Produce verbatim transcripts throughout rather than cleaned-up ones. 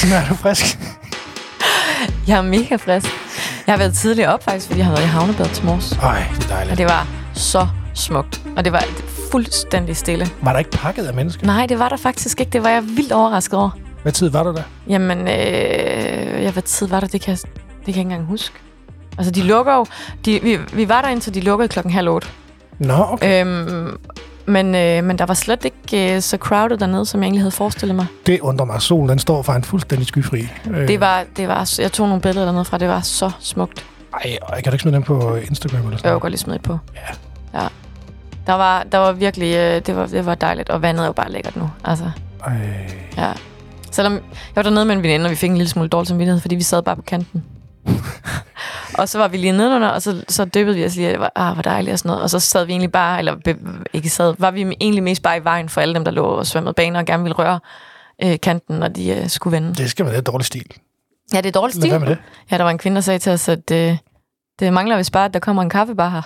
Signe, er du frisk? Jeg er mega frisk. Jeg har været tidligere op faktisk, fordi jeg har været i havnebad til morges. Ej, det er dejligt. Og det var så smukt. Og det var fuldstændig stille. Var der ikke pakket af mennesker? Nej, det var der faktisk ikke. Det var jeg vildt overrasket over. Hvad tid var du der? Jamen, øh, ja, hvad tid var der? Det kan, det kan jeg ikke engang huske. Altså, de lukker jo... De, vi, vi var der indtil de lukkede klokken halv otte. Nå, okay. Øhm, men, øh, men der var slet ikke øh, så crowded dernede, som jeg egentlig havde forestillet mig. Det undrer mig. Solen, den står for en fuldstændig skyfri. Øh. Det var, det var... Jeg tog nogle billeder dernede fra. Det var så smukt. Ej, jeg kan du ikke smide dem på Instagram eller sådan? Jeg vil godt lige smide på. Ja. Ja. Der var, der var virkelig... Øh, det, var, det var dejligt. Og vandet er jo bare lækkert nu. Altså. Ej. Ja. Selvom jeg var dernede med en veninde, og vi fik en lille smule dårlig samvittighed, fordi vi sad bare på kanten. Og så var vi lige nedenunder, og så, så dyppede vi os lige, og det var, ah, hvor dejligt og sådan noget. Og så sad vi egentlig bare, eller be, ikke sad, var vi egentlig mest bare i vejen for alle dem, der lå og svømmede baner og gerne ville røre øh, kanten, når de øh, skulle vende. Det skal være lidt dårlig stil. Ja, det er dårlig stil. Hvad med det? Ja, der var en kvinde, der sagde til os, at øh, det mangler vist bare, at der kommer en kaffebar her.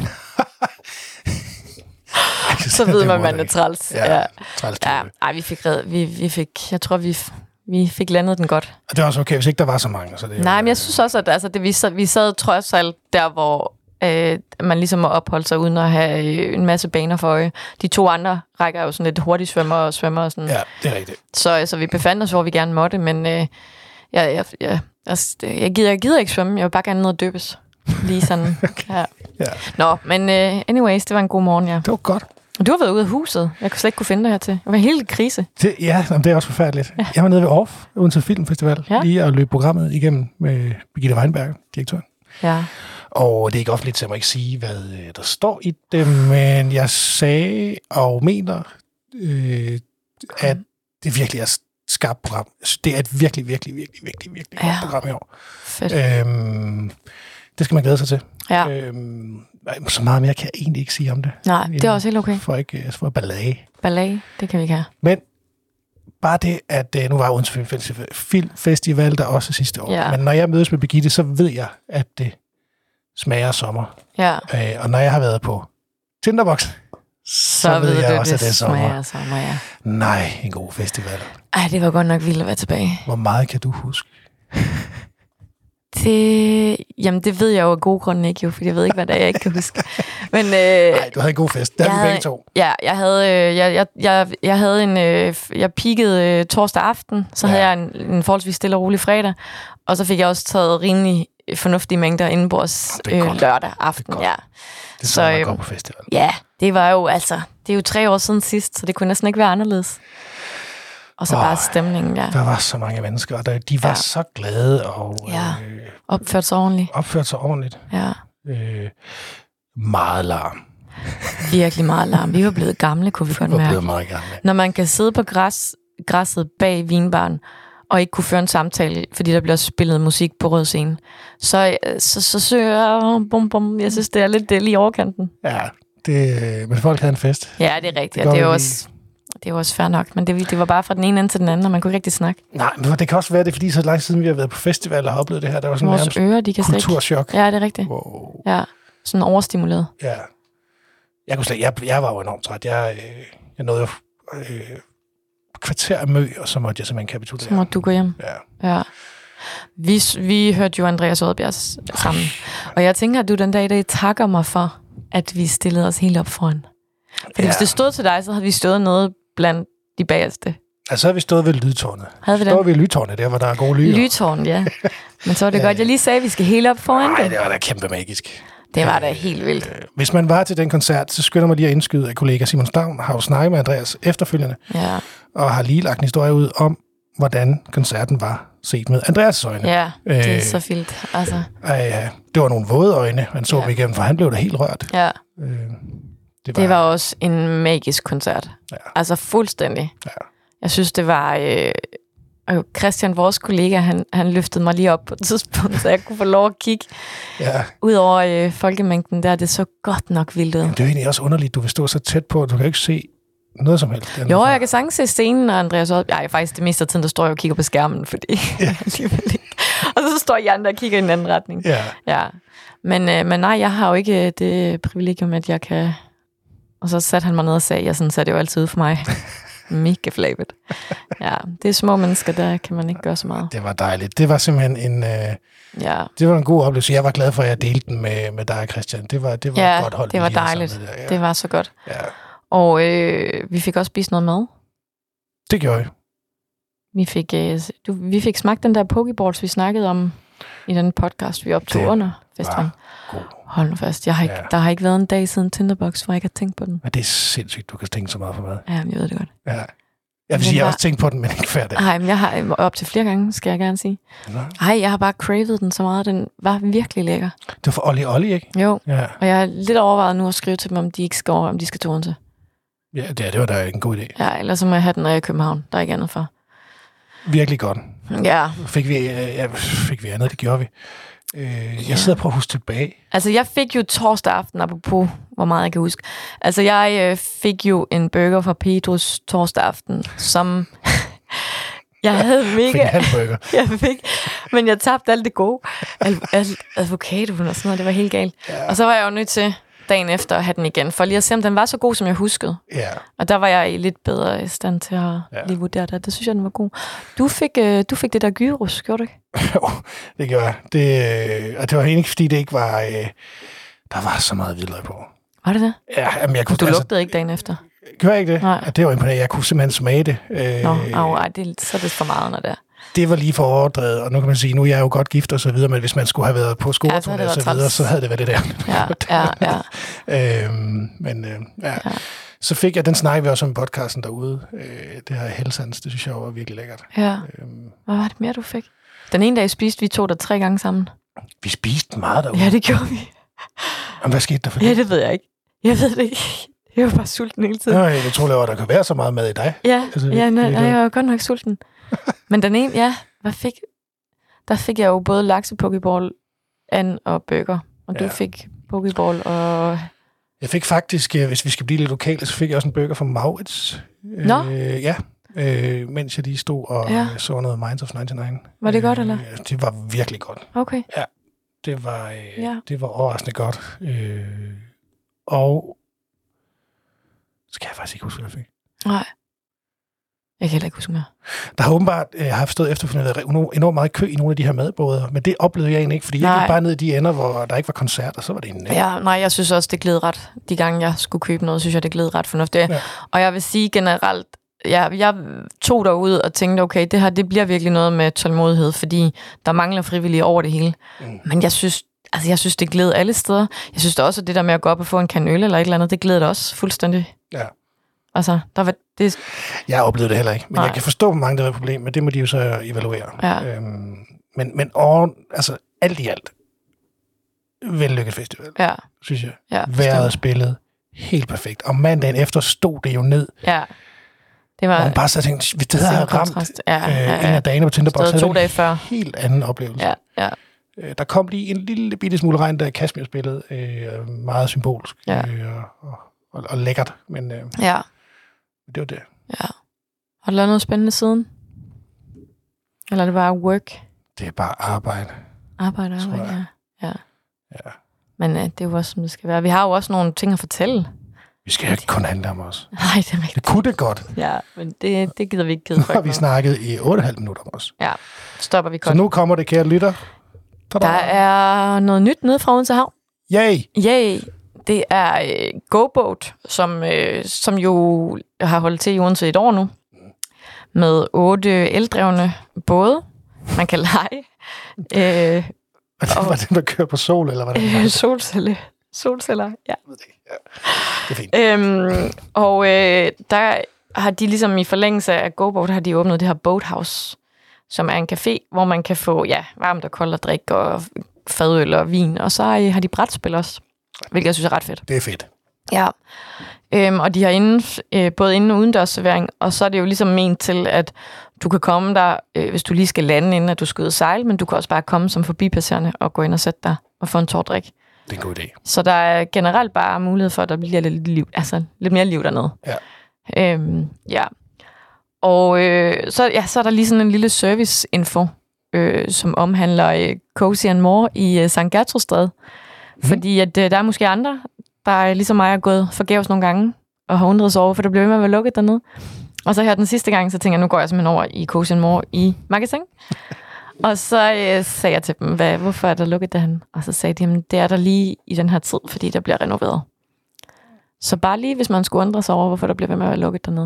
Så ved man, man er træls. Ja, ja. Træls. Ja, ej, vi fik red, vi, vi fik, jeg tror, vi... Vi fik landet den godt. Og det var også okay, hvis ikke der var så mange. Så det Nej, men jeg synes også, at altså, det, vi, sad, vi sad trods alt der, hvor øh, man ligesom må opholde sig uden at have øh, en masse baner for øje. De to andre rækker jo sådan lidt hurtigt svømmer og svømmer. Og sådan. Ja, det er rigtigt. Så, så vi befandt os, hvor vi gerne måtte, men øh, jeg, jeg, jeg, altså, jeg, gider, jeg gider ikke svømme. Jeg vil bare gerne ned og døbes. Lige sådan. Ja. Ja. Nå, men uh, anyways, det var en god morgen, ja. Det var godt. Og du har været ude af huset. Jeg kunne slet ikke kunne finde dig hertil. Det var en helt krise. Det, ja, det er også forfærdeligt. Ja. Jeg var nede ved Off, Odense Filmfestival, ja. lige at løbe programmet igennem med Birgitte Weinberg, direktøren. Ja. Og det er ikke offentligt, så jeg må ikke sige, hvad der står i det, men jeg sagde og mener, øh, at det virkelig er et skarpt program. Det er et virkelig, virkelig, virkelig, virkelig, virkelig ja. godt program i år. Fedt. Øhm, det skal man glæde sig til. Ja. Øhm, så meget mere kan jeg egentlig ikke sige om det. Nej, det er også helt okay. For ikke for ballade. Ballade, det kan vi ikke have. Men bare det, at nu var Odense Filmfestival der også sidste år. Ja. Men når jeg mødes med Birgitte, så ved jeg, at det smager sommer. Ja. Øh, og når jeg har været på Tinderbox, så, så ved jeg du, også, det at det er sommer. smager sommer, ja. Nej, en god festival. Ej, det var godt nok vildt at være tilbage. Hvor meget kan du huske? Det, jamen, det ved jeg jo af gode grunde ikke, jo, fordi jeg ved ikke, hvad det er, jeg ikke kan huske. Men, øh, Nej, du havde en god fest. Det havde vi begge to. Ja, jeg havde, øh, jeg, jeg, jeg, jeg havde en, øh, jeg peakede øh, torsdag aften, så ja. havde jeg en, en forholdsvis stille og rolig fredag, og så fik jeg også taget rimelig fornuftige mængder indenbords øh, lørdag aften. Det er, ja. det er så, man går på festival. Ja, det var jo altså, det er jo tre år siden sidst, så det kunne næsten ikke være anderledes. Og så oh, bare stemningen, ja. Der var så mange mennesker, og der, de var ja. så glade og ja. øh, opført sig ordentligt. Opført sig ordentligt. Ja. Øh, meget larm. Virkelig meget larm. Vi var blevet gamle, kunne vi godt mærke. Vi var blevet meget gamle. Når man kan sidde på græs, græsset bag vinbaren, og ikke kunne føre en samtale, fordi der bliver spillet musik på rød scene, så, så, så søger jeg, bum, bum, jeg synes, det er lidt det lige overkanten. Ja, det, men folk havde en fest. Ja, det er rigtigt, det og det er også... Det er jo også fair nok, men det, det var bare fra den ene ende til den anden, og man kunne ikke rigtig snakke. Nej, men det kan også være, det er fordi, så lang siden vi har været på festival og har oplevet det her, der var sådan vores ører, de kan kulturschok. Slet... Ja, det er rigtigt. Wow. Ja, sådan overstimuleret. Ja. Jeg, kunne slet, jeg, jeg var jo enormt træt. Jeg, jeg nåede jo øh, kvarter af mø, og så måtte jeg simpelthen kapitulere. Så måtte du gå hjem. Ja. Ja. Vi, vi hørte jo Andreas Odbjerg sammen, og jeg tænker, at du den dag i dag takker mig for, at vi stillede os helt op foran. Fordi ja. hvis det stod til dig, så havde vi stået noget blandt de bagerste. Altså, så havde vi stået ved lydtårnet. Havde vi det? Stod ved lydtårnet, der hvor der er gode lyder. Lydtårn, ja. Men så var det ja. godt, jeg lige sagde, at vi skal helt op foran Nej, det. det var da kæmpe magisk. Det var da helt vildt. Hvis man var til den koncert, så skynder mig lige at indskyde, at kollega Simon Stavn har jo snakket med Andreas efterfølgende, ja. og har lige lagt en historie ud om, hvordan koncerten var set med Andreas' øjne. Ja, det er øh, så vildt. Altså. Øh, det var nogle våde øjne, man så ja. igennem, for han blev da helt rørt. Ja. Øh, det, var, det var også en magisk koncert. Ja. Altså fuldstændig. Ja. Jeg synes, det var... Øh, og Christian, vores kollega, han, han løftede mig lige op på et tidspunkt, så jeg kunne få lov at kigge ja. ud over øh, folkemængden der. Det så godt nok vildt ud. Det er jo egentlig også underligt, du vil stå så tæt på, du kan ikke se noget som helst. Jo, jeg kan sagtens se scenen, og Andreas Odbjerg... Ja, faktisk det meste af tiden, der står jeg og kigger på skærmen, fordi ja. alligevel ikke. Og så står Jan der og kigger i en anden retning. Ja. ja. Men, øh, men nej, jeg har jo ikke det privilegium, at jeg kan... Og så satte han mig ned og sagde, jeg sådan satte det jo altid ud for mig. Mega flabet. Ja, det er små mennesker, der kan man ikke gøre så meget. Det var dejligt. Det var simpelthen en, øh, ja. det var en god oplevelse. Jeg var glad for, at jeg delte den med, med dig, Christian. Det var, det var ja, et godt hold. det var dejligt. Der, ja. Det var så godt. Ja. Og øh, vi fik også spist noget mad. Det gjorde jeg. Vi fik, øh, du, vi fik smagt den der pokeballs, vi snakkede om i den podcast, vi optog det under festivalen. Hold nu fast. Jeg har ikke, ja. Der har ikke været en dag siden Tinderbox, hvor jeg ikke har tænkt på den. Ja, det er sindssygt, du kan tænke så meget på mad. Ja, jeg ved det godt. Ja. Jeg vil sige, jeg har også tænkt på den, men ikke færdig. Nej, men jeg har op til flere gange, skal jeg gerne sige. Nej, jeg har bare cravet den så meget. Den var virkelig lækker. Det var for Olli Olli, ikke? Jo, ja. Og jeg har lidt overvejet nu at skrive til dem, om de ikke skal over, om de skal til Odense. Ja, det, det var da en god idé. Ja, ellers så må jeg have den, når jeg er i København. Der er ikke andet for. Virkelig godt. Ja. Fik vi, ja, fik vi andet, det gjorde vi. Øh, jeg sidder på at huske tilbage. Altså, jeg fik jo torsdag aften, apropos, hvor meget jeg kan huske. Altså, jeg øh, fik jo en burger fra Pedros torsdag aften, som jeg havde mega... Fik en halv burger. Jeg fik, men jeg tabte alt det gode. Al- al- Avocadoen og sådan noget, det var helt galt. Ja. Og så var jeg jo nødt til dagen efter at have den igen, for lige at se, om den var så god, som jeg huskede. Ja. Og der var jeg i lidt bedre i stand til at ja. lige vurdere det. Det synes jeg, den var god. Du fik, øh, du fik det der gyros, gjorde du ikke? Jo, det gjorde jeg. Det, og det var egentlig, fordi det ikke var... Øh, der var så meget hvidløg på. Var det det? Ja, jamen, jeg kunne... Du lugtede altså, ikke dagen efter? Gjorde jeg ikke det? Nej. Det var imponerende. Jeg kunne simpelthen smage det. Øh, Nå, au, ej, det, så er det for meget, når det er. Det var lige for overdrevet, og nu kan man sige, nu er jeg jo godt gift og så videre, men hvis man skulle have været på skoletur ja, og så videre, så havde det været det der. Ja, ja, ja. øhm, men øh, ja. ja. Så fik jeg, den snak vi også om i podcasten derude, øh, det her Helsans, det synes jeg var virkelig lækkert. Ja. Øhm, Hvad var det mere, du fik? Den ene dag spiste vi to der tre gange sammen. Vi spiste meget derude. Ja, det gjorde vi. Og hvad skete der for det? Ja, det ved jeg ikke. Jeg ved det ikke. Jeg var bare sulten hele tiden. Nå, jeg tror, at der kan være så meget mad i dig. Ja, altså, ja nej, nej, jeg var godt nok sulten. Men den ene, ja, hvad fik... Der fik jeg jo både laksepokeball, and og burger. Og ja. Du fik pokeball og... Jeg fik faktisk, hvis vi skal blive lidt lokale, så fik jeg også en burger fra Maurits. Nå? Øh, ja, øh, mens jeg lige stod og ja. så noget Minds of nioghalvfems. Var det godt, eller? Øh, det var virkelig godt. Okay. Ja, det var, øh, ja. det var overraskende godt. Øh, og... Så kan jeg faktisk ikke huske, hvad jeg fik. Nej. Jeg kan heller ikke huske mere. Der har åbenbart øh, haft stået efterfølgende enormt meget kø i nogle af de her madboder, men det oplevede jeg egentlig ikke, fordi nej. Jeg gik bare ned i de ender, hvor der ikke var koncert, og så var det en... Ja, nej, jeg synes også, det gled ret. De gange, jeg skulle købe noget, synes jeg, det gled ret fornuftigt. Ja. Og jeg vil sige generelt, ja, jeg tog derud og tænkte, okay, det her, det bliver virkelig noget med tålmodighed, fordi der mangler frivillige over det hele. Mm. Men jeg synes, altså, jeg synes, det gled alle steder. Jeg synes da også, at det der med at gå op og få en kan øl eller et eller andet, det gled det også fuldstændig. Ja. Altså, der var det... Jeg oplevede det heller ikke, men nej. Jeg kan forstå, hvor mange der er et problem, men det må de jo så evaluere. Ja. Øhm, men men over, altså, alt i alt, vellykket festival, ja. synes jeg. Ja, Vejret spillet helt perfekt. Og mandagen efter stod det jo ned. Ja. Det var... Og man bare så tænkte, hvis det havde ramt ja, ja, ja. øh, en af dagene på Tinderbox, så to dage før. En helt anden oplevelse. Ja, ja. Øh, der kom lige en lille bitte smule regn, der Kashmir spillede. Øh, meget symbolsk ja. øh, og, og, og lækkert. Men øh, ja. det var det. Ja. Har du lavet noget spændende siden? Eller er det bare work? Det er bare arbejde. Arbejde, arbejde, ja. ja. Ja. Men øh, det er jo også, som det skal være. Vi har jo også nogle ting at fortælle. Vi skal jo ikke kun handle om os. Nej, det er rigtigt. Det kunne det godt. Ja, men det, det gider vi ikke kede for. Nu har vi snakket i otte komma fem minutter om os. Ja, stopper vi godt. Så nu kommer det, kære lytter. Der er noget nyt nede fra Odense Havn. Yay! Yay! Det er øh, GoBoat, som, øh, som jo har holdt til i Odense et år nu. Med otte eldrevne både. Man kan lege. Øh, var, det, og, var det, der kører på sol, eller var det? Øh, solcelle. Solceller, ja. ja. Det er fint. Øhm, og øh, der har de ligesom i forlængelse af GoBoat, har de åbnet det her Boathouse, som er en café, hvor man kan få ja, varmt og koldt og drik og fadøl og vin. Og så øh, har de brætspil også, hvilket jeg synes er ret fedt. Det er fedt. Ja, øhm, og de har inden, øh, både inden- og udendørsservering, og så er det jo ligesom ment til, at du kan komme der, øh, hvis du lige skal lande, inden at du skal ud og sejle, men du kan også bare komme som forbipasserende og gå ind og sætte dig og få en tårdrik. Det er en god idé. Så der er generelt bare mulighed for, at der bliver lidt, liv, altså, lidt mere liv dernede. Ja. Øhm, ja. Og øh, så, ja, så er der lige sådan en lille serviceinfo, øh, som omhandler øh, Cozy and More i øh, Sankt Gertrudstræde. Mm. Fordi at, øh, der er måske andre, der er ligesom mig er gået forgæves nogle gange og har undret sig over, for der bliver ved med at være lukket dernede. Og så her den sidste gang, så tænker jeg, nu går jeg simpelthen over i Coach and More i Magasin. Og så øh, sagde jeg til dem, hvad, hvorfor er der lukket derhen? Og så sagde de, jamen, det er der lige i den her tid, fordi der bliver renoveret. Så bare lige, hvis man skulle undre sig over, hvorfor der bliver ved med at være lukket dernede.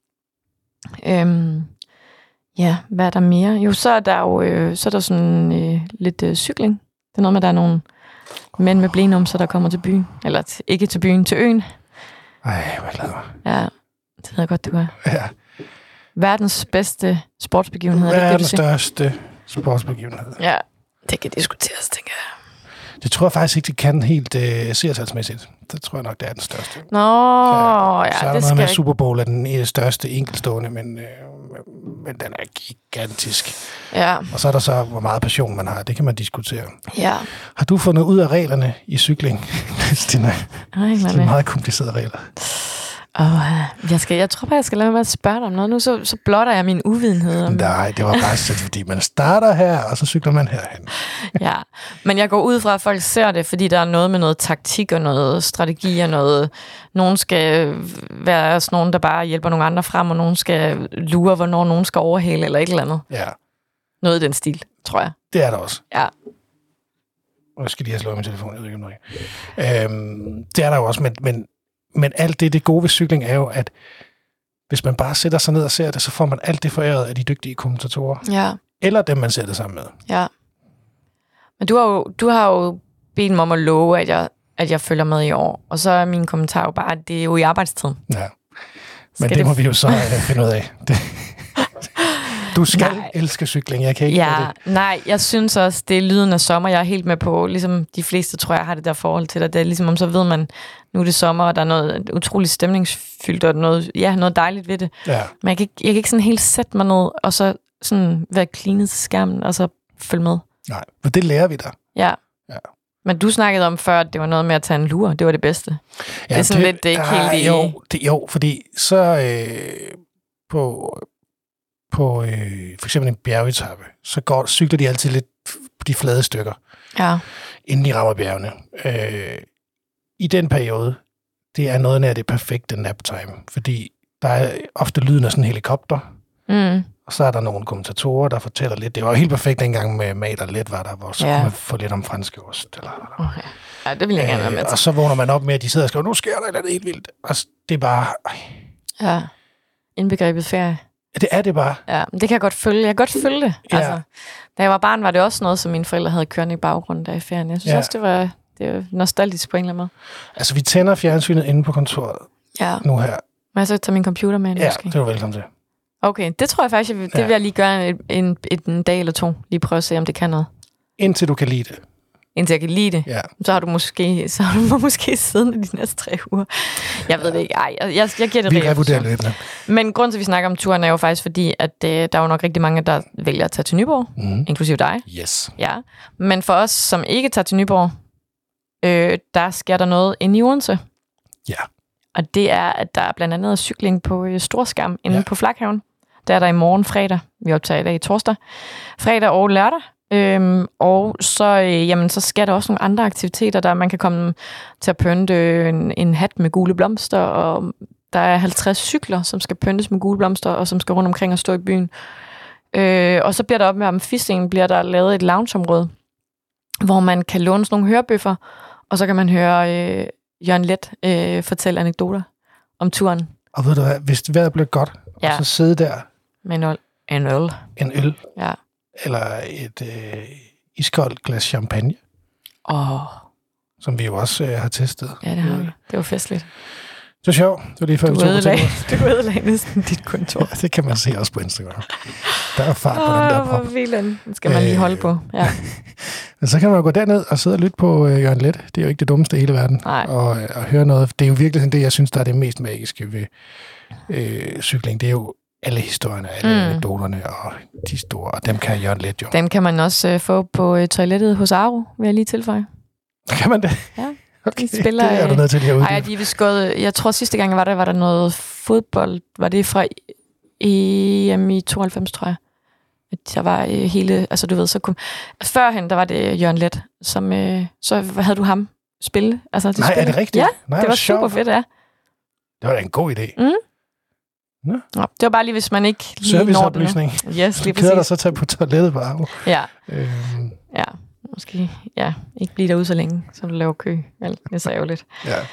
Øhm, ja, hvad er der mere? Jo, så er der jo øh, så er der sådan øh, lidt øh, cykling. Det er noget med, at der er nogle mænd med blenumser, der kommer til byen. Eller t- ikke til byen, til øen. Ej, hvor glad mig. Ja, det ved jeg godt, du er. Ja. Verdens bedste sportsbegivenhed. Hvad er det, den største sportsbegivenhed? Ja, det kan diskuteres, tænker jeg. Det tror jeg faktisk ikke, det kan helt øh, seertalsmæssigt. Det tror jeg nok, det er den største. Nå, ja, ja så er det der skal med, jeg Super Bowl er den største enkeltstående, men, øh, men den er gigantisk. Ja. Og så er der så, hvor meget passion man har. Det kan man diskutere. Ja. Har du fundet ud af reglerne i cykling, Christina? Nej, det er meget komplicerede regler. Oh, jeg, skal, jeg tror bare, jeg skal lade mig at spørge dig om noget. Nu så, så blotter jeg min uvidenhed. Om... Nej, det var bare sådan, fordi man starter her, og så cykler man herhen. Ja, men jeg går ud fra, at folk ser det, fordi der er noget med noget taktik og noget strategi og noget... Nogen skal være sådan nogen, der bare hjælper nogle andre frem, og nogen skal lure, hvornår nogen skal overhale eller et eller andet. Ja. Noget i den stil, tror jeg. Det er der også. Ja. Og jeg skal lige have slået min telefon, jeg ved ikke om det øhm, Det er der jo også, men... men Men alt det, det gode ved cykling er jo, at hvis man bare sætter sig ned og ser det, så får man alt det foræret af de dygtige kommentatorer. Ja. Eller dem, man ser det sammen med. Ja. Men du har jo, du har jo bedt mig om at love, at jeg, at jeg følger med i år. Og så er min kommentar jo bare, at det er jo i arbejdstiden. Ja. Men skal det, det må vi jo så uh, finde ud af. Det. Du skal nej. elske cykling, jeg kan ikke ja, det. Nej, jeg synes også, det er lyden af sommer, jeg er helt med på. Ligesom de fleste, tror jeg, har det der forhold til det. Det er ligesom, om så ved man, nu er det sommer, og der er noget utroligt stemningsfyldt, og noget, ja, noget dejligt ved det. Ja. Men jeg kan, ikke, jeg kan ikke sådan helt sætte mig ned, og så sådan være klinet til skærmen, og så følge med. Nej, men det lærer vi dig. Ja. Ja. Men du snakkede om før, at det var noget med at tage en lur. Det var det bedste. Ja, det er sådan det, lidt, det er ikke ah, helt i... Jo, det, jo, fordi så øh, på... på øh, for eksempel en bjergetappe, så går, cykler de altid lidt på de flade stykker, ja. inden de rammer bjergene. Øh, I den periode, det er noget af det perfekte naptime, fordi der er ofte lyden af sådan en helikopter, mm. og så er der nogle kommentatorer, der fortæller lidt. Det var helt perfekt dengang med Mat og Let var der, hvor så ja. kunne man få lidt om franske ost. Eller, okay. Ja, det vil jeg øh, gerne være med til. Og så vågner man op med, at de sidder og skriver, nu sker der et eller andet helt vildt. Og det er bare... Øh. Ja, indbegrebet ferie. Det er det bare. Ja, det kan jeg godt følge. Jeg kan godt følge det. Ja. Altså, da jeg var barn, var det også noget, som mine forældre havde kørende i baggrunden der i ferien. Jeg synes ja. også, det var, det var nostalgisk på en eller anden måde. Altså, vi tænder fjernsynet inde på kontoret ja. nu her. Må jeg så tage min computer med? Ja, måske? det er du velkommen til. Okay, det tror jeg faktisk, jeg vil, det ja. vil jeg lige gøre en, en, en, en dag eller to. Lige prøve at se, om det kan noget. Indtil du kan lide det. Indtil jeg kan lide det. Ja. Så har du måske, så har du måske siddende de næste tre uger. Jeg ved det ikke. Ej, jeg, jeg, jeg giver det vi rigtigt. revurderer løbende. Men grunden til, at vi snakker om turen, er jo faktisk fordi, at øh, der er jo nok rigtig mange, der vælger at tage til Nyborg. Mm. Inklusive dig. Yes. Ja. Men for os, som ikke tager til Nyborg, øh, der sker der noget inde i Odense. Ja. Og det er, at der er blandt andet cykling på øh, Storskærm inde ja. på Flakhaven. Der er der i morgen fredag. Vi optager i dag torsdag. Fredag og lørdag. Øhm, og så, øh, jamen, så sker der også nogle andre aktiviteter, der man kan komme til at pynte en, en hat med gule blomster, og der er halvtreds cykler, som skal pyntes med gule blomster, og som skal rundt omkring og stå i byen. Øh, og så bliver der op med Amfistingen, bliver der lavet et loungeområde, hvor man kan låne sådan nogle hørebøffer, og så kan man høre øh, Jørgen Let øh, fortælle anekdoter om turen. Og ved du hvad, hvis vejret bliver godt, ja. og så sidde der med en øl. En øl. En øl. Ja. Eller et øh, iskoldt glas champagne. Åh. Oh. Som vi jo også øh, har testet. Ja, det har vi. Det var festligt. Det var sjovt. Det var lige før, du vi tog ødelag, på Du ødelagde næsten dit kontor. Ja, det kan man se også på Instagram. Der er fart oh, på den der prop. Hvor vildt. Det skal man lige holde på. Ja. Men så kan man jo gå derned og sidde og lytte på øh, Jørgen Let. Det er jo ikke det dummeste i hele verden. Nej. Og, øh, og høre noget. Det er jo virkelig det, jeg synes, der er det mest magiske ved øh, cykling. Det er jo alle historierne, alle mm. anekdoterne og de store. Og dem kan Jørgen Let jo. Dem kan man også øh, få på øh, toilettet hos Aro, vil jeg lige tilføje. Kan man det? Ja. Okay, de spiller, det er du nødt til at uddybe. Ej, de er vist gået, jeg tror sidste gang var der, var der noget fodbold, var det fra E M i tooghalvfems, tror jeg. Der var hele, altså du ved, så kom, førhen, der var det Jørgen Let, som, øh, så havde du ham spille. Altså, de Nej, spille. er det rigtigt? Ja, Nej, det var sjov. super fedt, ja. Det var da en god idé. Mm. Ja. Nå, det var bare lige, hvis man ikke lige når det nu. Serviceoplysning. Yes, lige præcis. Kører der præcis. så tage på toilettet bare. Ja. Øhm. Ja, måske ja, ikke blive derude så længe, så du laver kø. Alt, det er så ærgerligt.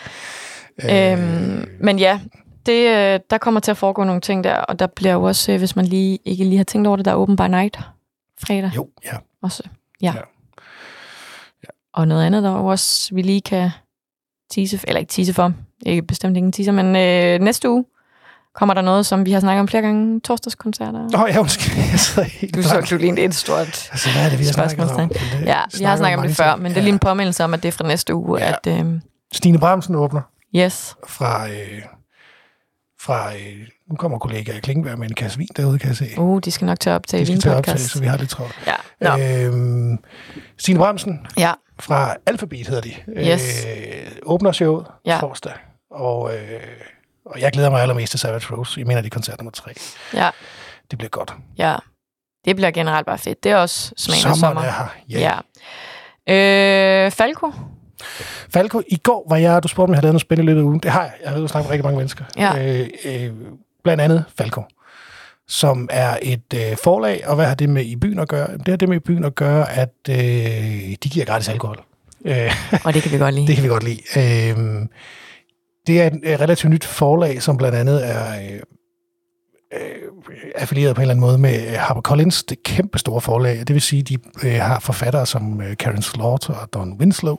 Ja. Øhm, men ja, det, der kommer til at foregå nogle ting der, og der bliver jo også, hvis man lige ikke lige har tænkt over det, der er open by night fredag. Jo, ja. Også. Ja. Ja. Ja. Og noget andet, der også vi lige kan tease, eller ikke tease for, ikke bestemt ingen teaser, men øh, næste uge kommer der noget, som vi har snakket om flere gange, torsdagskoncerter. Åh, oh, ja, undskyld. Jeg sidder helt Du så du lige et stort altså, hvad er det, vi har snakket om? Det, ja, vi har snakket om det før, men det er lige en påmindelse om, at det er fra næste uge, ja. at... Øh, Stine Bramsen åbner. Yes. Fra... Øh, fra øh, nu kommer kollega Klingberg med en kasse vin derude, kan jeg se. Uh, de skal nok tage op til en podcast. Så vi har lidt travlt. Ja. No. Øhm, Stine Bramsen. Ja. Fra Alphabet hedder de. Yes. Øh, åbner showet ja. torsdag. Og, øh, og jeg glæder mig allermest til Savage Rose. Jeg mener, det er koncert nummer tre. Ja. Det bliver godt. Ja. Det bliver generelt bare fedt. Det er også smagen af sommer. Er her. Ja. ja. Øh, Falco. Falco, i går var jeg, du spurgte, om jeg havde lavet noget spændende i løbet af ugen. Det har jeg. Jeg har jo snakket med rigtig mange mennesker. Ja. Øh, øh, blandt andet Falco, som er et øh, forlag, og hvad har det med i byen at gøre? Det har det med i byen at gøre, at øh, de giver gratis alkohol. Øh, og det kan vi godt lide. Det kan vi godt lide. Øh, det er et, et relativt nyt forlag, som blandt andet er øh, øh, affilieret på en eller anden måde med HarperCollins, det kæmpe store forlag. Det vil sige, at de øh, har forfattere som øh, Karen Slaughter og Don Winslow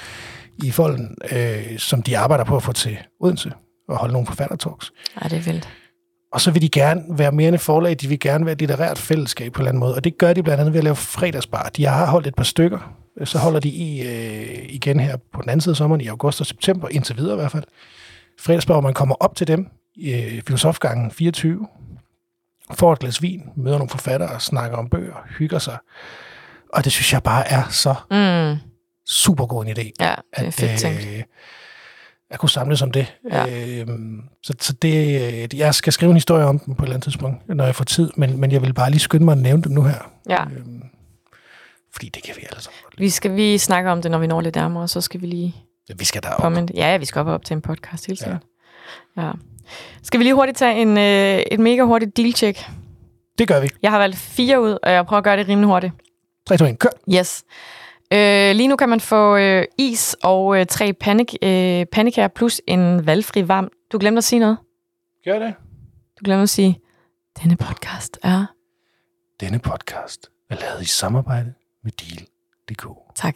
i folden, øh, som de arbejder på at få til Odense og holde nogle forfattertalks. Ja, det er vildt. Og så vil de gerne være mere end et forlag, de vil gerne være et litterært fællesskab på en eller anden måde, og det gør de blandt andet ved at lave fredagsbar. De har holdt et par stykker, så holder de i øh, igen her på den anden side af sommeren, i august og september, indtil videre i hvert fald. Fredagsbar, hvor man kommer op til dem i øh, Filosofgangen fireogtyve, får et glas vin, møder nogle forfattere, snakker om bøger, hygger sig. Og det synes jeg bare er så mm. super god en idé. Ja, det er fedt tænkt. Øh, at kunne samles om det. Ja. Øh, så så det, jeg skal skrive en historie om dem på et eller andet tidspunkt, når jeg får tid, men, men jeg vil bare lige skynde mig at nævne dem nu her. Ja. Øh, fordi det kan vi alle sammen. Vi skal vi snakke om det, når vi når lidt nærmere, og så skal vi lige... Ja, vi skal derop. Comment. Ja, ja, vi skal op, op til en podcast hele tiden. Ja. Ja. Skal vi lige hurtigt tage en, øh, et mega hurtigt deal-check? Det gør vi. Jeg har valgt fire ud, og jeg prøver at gøre det rimelig hurtigt. tre, to, et, kør. Yes. Øh, lige nu kan man få øh, is og øh, tre panik, øh, pandekager plus en valgfri varm. Du glemte at sige noget. Gør det. Du glemte at sige, denne podcast er... Denne podcast er lavet i samarbejde med Deal punktum d k. Tak.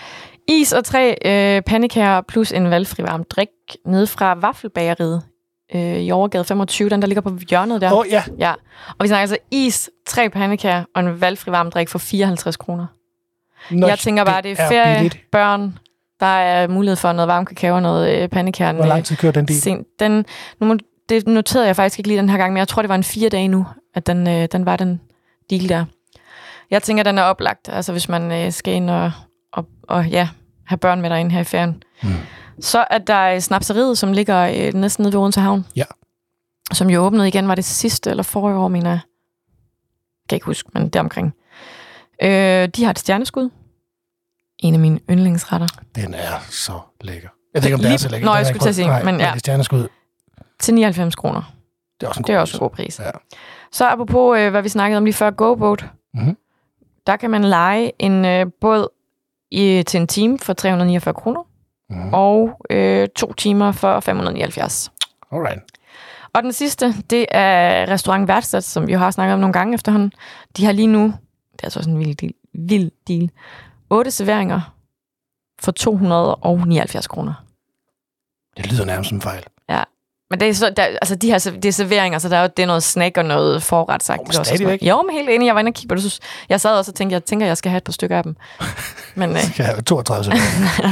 Is og tre øh, pandekager plus en valgfri varm drik nede fra Vaffelbageriet øh, i Overgade femogtyve, den der ligger på hjørnet der. Åh, oh, ja. Ja. Og vi snakker altså is, tre pandekager og en valgfri varm drik for fireoghalvtreds kroner. Nå, jeg tænker bare, det er ferie, billigt. Børn, der er mulighed for noget varm kakao og noget øh, pandekager. Hvor lang tid kører den del? Den, nu må, det noterede jeg faktisk ikke lige den her gang, men jeg tror, det var en fire dage nu, at den, øh, den var den deal der. Jeg tænker, den er oplagt, altså hvis man øh, skal ind og, og, og ja, have børn med derinde her i ferien. Mm. Så er der Snapseriet, som ligger øh, næsten nede ved Odense Havn. Ja. Som jo åbnede igen, var det sidste eller forrige år, mener jeg. Kan ikke huske, men deromkring. Øh, de har et stjerneskud. En af mine yndlingsretter. Den er så lækker. Jeg ved ikke, om det er så lækker. Nå, jeg skulle til at sige, nej, men ja. Det stjerneskud. Til nioghalvfems kroner. Det er også en god, det er også en god pris. Ja. Så apropos, øh, hvad vi snakkede om lige før, GoBoat. Mm-hmm. Der kan man leje en øh, båd i, til en time for tre hundrede og niogfyrre kroner. Mm-hmm. Og øh, to timer for fem hundrede og nioghalvfjerds. Alright. Og den sidste, det er Restaurant Værtsat, som vi har snakket om nogle gange efterhånden. De har lige nu, det er altså også en vild deal, vild deal, otte serveringer for to hundrede og nioghalvfjerds kroner. Det lyder nærmest som en fejl. Ja, men det er, så, der, altså de her det er serveringer, så der er jo det er noget snack og noget forret sagt. Oh, stadigvæk. Jo, men helt enig, jeg var inde og kigge på det. Jeg sad også og tænkte, jeg tænker, jeg skal have et par stykker af dem. Men, jeg skal have toogtredive serveringer.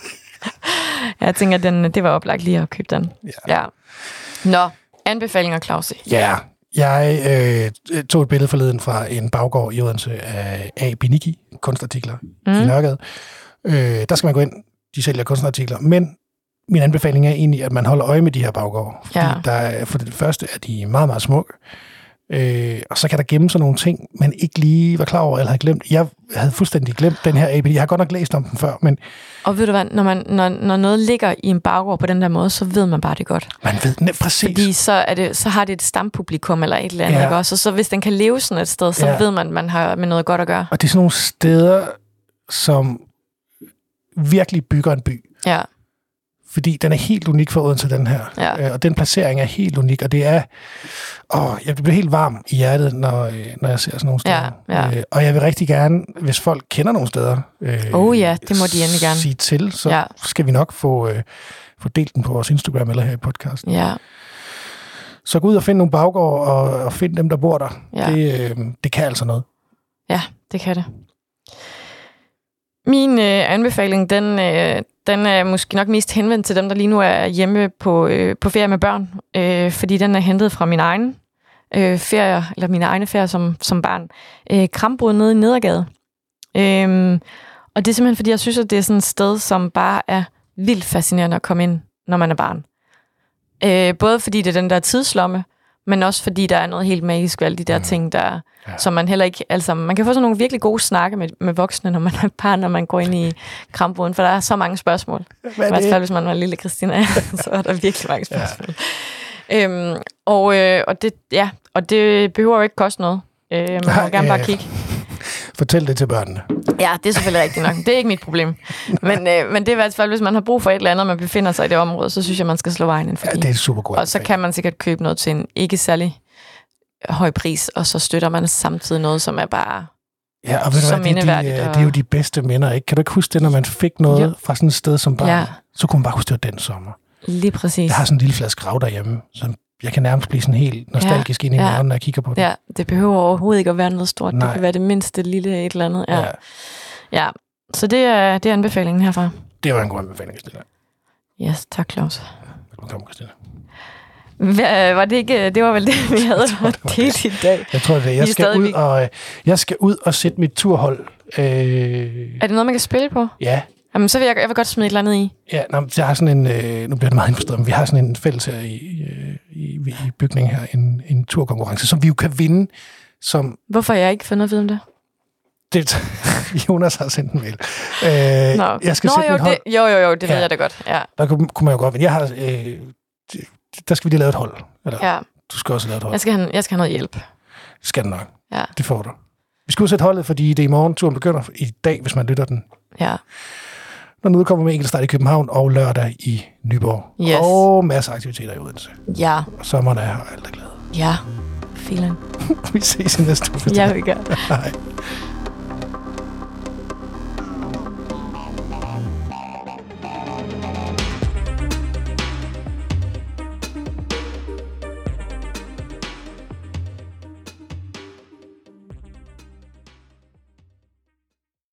Jeg tænker, den, det var oplagt lige at købe den. Ja. Ja. Nå, anbefalinger, Claus. Ja, jeg øh, tog et billede forleden fra en baggård i Odense af A. Biniki, kunstartikler mm. i Nørregade. Øh, der skal man gå ind, de sælger kunstartikler, men min anbefaling er egentlig, at man holder øje med de her baggårde. Fordi ja. der, for det første er de meget, meget smukke. Øh, og så kan der gemme sig nogle ting, man ikke lige var klar over, eller havde glemt. Jeg havde fuldstændig glemt den her A P I. Jeg har godt nok læst om den før, men... Og ved du hvad, når, man, når, når noget ligger i en baggård på den der måde, så ved man bare det godt. Man ved det præcis. Fordi så, er det, så har det et stampublikum eller et eller andet, ja. ikke også? Og så hvis den kan leve sådan et sted, så ja. ved man, at man har med noget godt at gøre. Og det er sådan nogle steder, som virkelig bygger en by. Ja. Fordi den er helt unik for Odense, den her. Ja. Og den placering er helt unik, og det er... Åh, jeg bliver helt varm i hjertet, når, når jeg ser sådan nogle steder. Ja, ja. Og jeg vil rigtig gerne, hvis folk kender nogle steder... Øh, oh ja, det må de endelig gerne. ...sige til, så ja. skal vi nok få, øh, få delt den på vores Instagram eller her i podcasten. Ja. Så gå ud og find nogle baggård, og, og find dem, der bor der. Ja. Det, øh, det kan altså noget. Ja, det kan det. Min øh, anbefaling, den, øh, den er måske nok mest henvendt til dem, der lige nu er hjemme på, øh, på ferie med børn, øh, fordi den er hentet fra min egen øh, ferie, eller mine egne ferier som, som barn. Øh, Krambrud nede i Nedergade. Øh, og det er simpelthen, fordi jeg synes, at det er sådan et sted, som bare er vildt fascinerende at komme ind, når man er barn. Øh, både fordi det er den der tidslomme, men også fordi der er noget helt magisk ved alle de der mm. ting, der, ja. som man heller ikke... Altså, man kan få sådan nogle virkelig gode snakke med, med voksne, når man er barn, når man går ind i Krambruden, for der er så mange spørgsmål. I hvert fald, hvis man var lille Christina, så er der virkelig mange spørgsmål. Ja. Øhm, og, øh, og, det, ja, og det behøver jo ikke koste noget. Øh, man må gerne bare kigge. Fortæl det til børnene. Ja, det er selvfølgelig rigtigt nok. Det er ikke mit problem. Men, øh, men det er i hvert fald, hvis man har brug for et eller andet, og man befinder sig i det område, så synes jeg, man skal slå vejen ind forbi. Ja, det er super godt. Og så kan man sikkert købe noget til en ikke særlig høj pris, og så støtter man samtidig noget, som er bare ja, og ved du hvad, det, er de, og... det er jo de bedste minder, ikke? Kan du ikke huske det, når man fik noget jo. fra sådan et sted som barn? Ja. Så kunne man bare huske, det var den sommer. Lige præcis. Jeg har sådan en lille flaske rav derhjemme, som jeg kan nærmest blive sådan helt nostalgisk ja, ind i ja, maven, når jeg kigger på det. Ja, det behøver overhovedet ikke at være noget stort. Nej. Det kan være det mindste lille et eller andet. Ja, ja. ja. Så det er, det er anbefalingen herfra. Det var en god anbefaling, Christina. Yes, tak Claus. Velkommen, Christina. Hva, var det ikke, det var vel det, vi havde delt i dag. Jeg tror det. Jeg skal, ud og, jeg skal ud og sætte mit turhold. Øh... Er det noget, man kan spille på? Ja. Jamen, så vil jeg, jeg vil godt smide et eller andet i. Ja, nå, jeg har sådan en, øh, nu bliver det meget indforstået, men vi har sådan en fælles her i, i, i bygningen her, en, en turkonkurrence, som vi jo kan vinde. Som Hvorfor har jeg ikke fundet at vide om det? Det Jonas har sendt en mail. Øh, Nå, jeg skal Nå sætte jo, mit hold. Det, jo, jo, jo, det ja. ved jeg da godt. Ja. Der kunne, kunne man jo godt, men jeg har, øh, der skal vi lige lave et hold. Eller, ja. Du skal også lave et hold. Jeg skal have, jeg skal have noget hjælp. Det skal den nok. Ja. Det får du. Vi skal udsætte holdet, fordi det er i morgen. Turen begynder i dag, hvis man lytter den. Ja. Når den udkommer med enkeltstart i København og lørdag i Nyborg. Yes. Og masser af aktiviteter i Odense. Ja. Og sommeren er her, og alt er glad. Ja. Feeling. Vi ses i næste uge. Ja, vi gør. Hej.